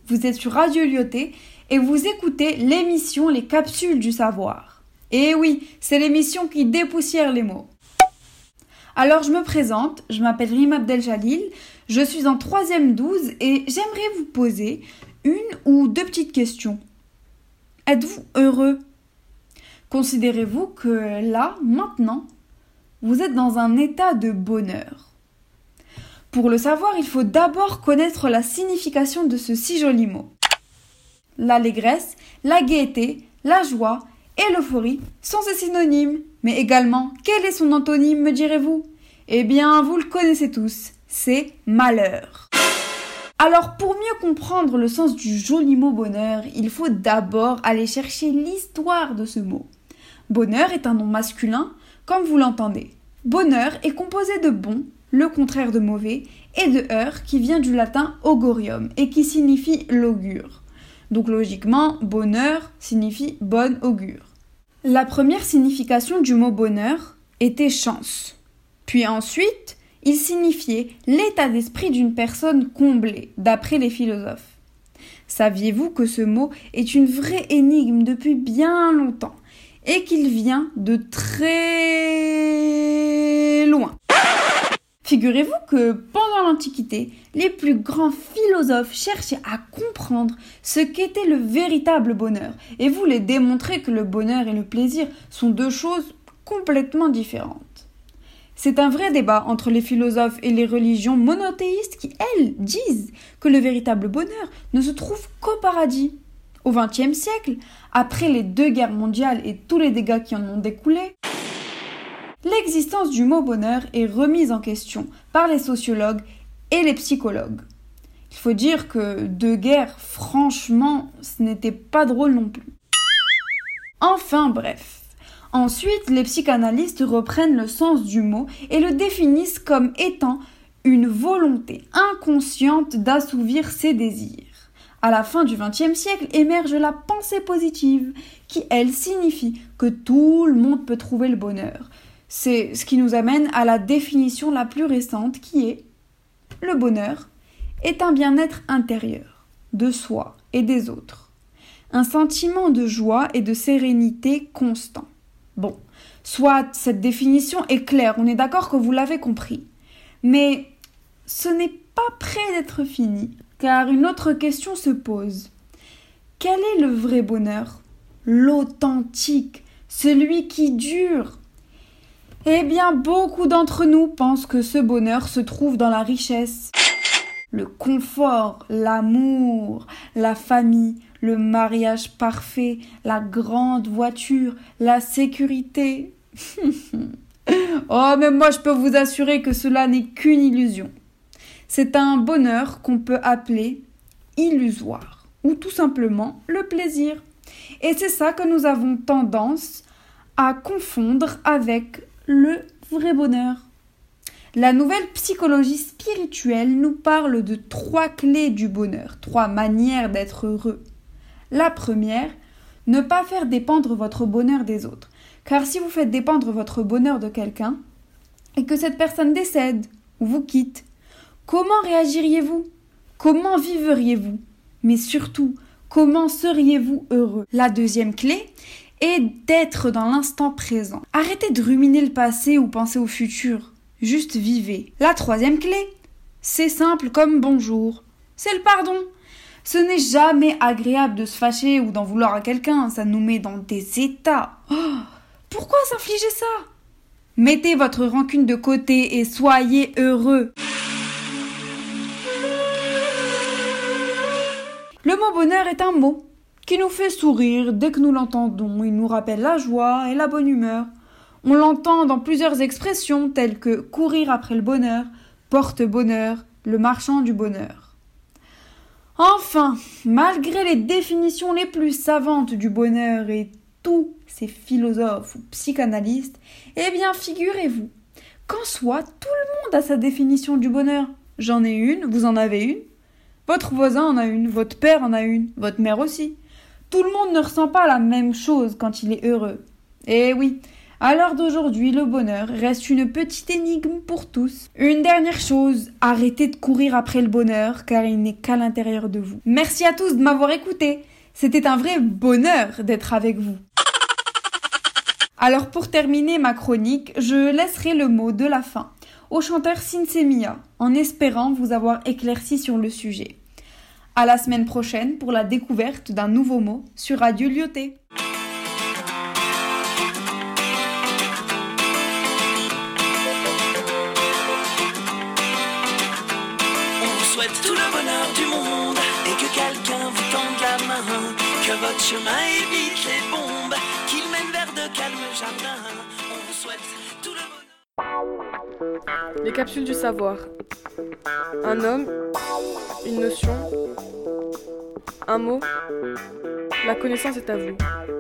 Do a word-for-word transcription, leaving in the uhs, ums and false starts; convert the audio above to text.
Vous êtes sur Radio Lyoté et vous écoutez l'émission Les Capsules du Savoir. Et oui, c'est l'émission qui dépoussière les mots. Alors je me présente, je m'appelle Rima Abdeljalil, je suis en troisième douze et j'aimerais vous poser une ou deux petites questions. Êtes-vous heureux ? Considérez-vous que là, maintenant, vous êtes dans un état de bonheur ? Pour le savoir, il faut d'abord connaître la signification de ce si joli mot. L'allégresse, la gaieté, la joie et l'euphorie sont ces synonymes. Mais également, quel est son antonyme, me direz-vous ? Eh bien, vous le connaissez tous, c'est malheur. Alors, pour mieux comprendre le sens du joli mot bonheur, il faut d'abord aller chercher l'histoire de ce mot. Bonheur est un nom masculin, comme vous l'entendez. Bonheur est composé de bon, le contraire de mauvais, et de heur qui vient du latin augurium et qui signifie l'augure. Donc logiquement, bonheur signifie bonne augure. La première signification du mot bonheur était chance. Puis ensuite, il signifiait l'état d'esprit d'une personne comblée, d'après les philosophes. Saviez-vous que ce mot est une vraie énigme depuis bien longtemps et qu'il vient de très loin ? Figurez-vous que pendant l'Antiquité, les plus grands philosophes cherchaient à comprendre ce qu'était le véritable bonheur et voulaient démontrer que le bonheur et le plaisir sont deux choses complètement différentes. C'est un vrai débat entre les philosophes et les religions monothéistes qui, elles, disent que le véritable bonheur ne se trouve qu'au paradis. Au vingtième siècle, après les deux guerres mondiales et tous les dégâts qui en ont découlé, l'existence du mot bonheur est remise en question par les sociologues et les psychologues. Il faut dire que deux guerres, franchement, ce n'était pas drôle non plus. Enfin bref. Ensuite, les psychanalystes reprennent le sens du mot et le définissent comme étant une volonté inconsciente d'assouvir ses désirs. À la fin du vingtième siècle émerge la pensée positive, qui, elle, signifie que tout le monde peut trouver le bonheur. C'est ce qui nous amène à la définition la plus récente qui est « Le bonheur est un bien-être intérieur, de soi et des autres. Un sentiment de joie et de sérénité constant. » Bon, soit cette définition est claire, on est d'accord que vous l'avez compris. Mais ce n'est pas près d'être fini, car une autre question se pose. Quel est le vrai bonheur ? L'authentique, celui qui dure ? Eh bien, beaucoup d'entre nous pensent que ce bonheur se trouve dans la richesse, le confort, l'amour, la famille, le mariage parfait, la grande voiture, la sécurité. Oh, mais moi je peux vous assurer que cela n'est qu'une illusion. C'est un bonheur qu'on peut appeler illusoire, ou tout simplement le plaisir. Et c'est ça que nous avons tendance à confondre avec le vrai bonheur. La nouvelle psychologie spirituelle nous parle de trois clés du bonheur, trois manières d'être heureux. La première, ne pas faire dépendre votre bonheur des autres. Car si vous faites dépendre votre bonheur de quelqu'un, et que cette personne décède ou vous quitte, comment réagiriez-vous ? Comment vivriez-vous ? Mais surtout, comment seriez-vous heureux ? La deuxième clé est d'être dans l'instant présent. Arrêtez de ruminer le passé ou penser au futur. Juste vivez. La troisième clé, c'est simple comme bonjour. C'est le pardon. Ce n'est jamais agréable de se fâcher ou d'en vouloir à quelqu'un. Ça nous met dans des états. Oh, pourquoi s'infliger ça ? Mettez votre rancune de côté et soyez heureux. Le mot bonheur est un mot qui nous fait sourire dès que nous l'entendons. Il nous rappelle la joie et la bonne humeur. On l'entend dans plusieurs expressions telles que courir après le bonheur, porte-bonheur, le marchand du bonheur. Enfin, malgré les définitions les plus savantes du bonheur et tous ces philosophes ou psychanalystes, eh bien figurez-vous qu'en soi, tout le monde a sa définition du bonheur. J'en ai une, vous en avez une, votre voisin en a une, votre père en a une, votre mère aussi. Tout le monde ne ressent pas la même chose quand il est heureux. Eh oui, À l'heure d'aujourd'hui, le bonheur reste une petite énigme pour tous. Une dernière chose, arrêtez de courir après le bonheur car il n'est qu'à l'intérieur de vous. Merci à tous de m'avoir écouté. C'était un vrai bonheur d'être avec vous. Alors pour terminer ma chronique, je laisserai le mot de la fin au chanteur Sinsemia, en espérant vous avoir éclairci sur le sujet. À la semaine prochaine pour la découverte d'un nouveau mot sur Radio Lyoté. On vous souhaite tout le bonheur du monde et que quelqu'un vous tende la main, que votre chemin évite les bombes, qu'il mène vers de calmes jardins. On vous souhaite tout le bonheur. Les capsules du savoir. Un homme, une notion, un mot. La connaissance est à vous.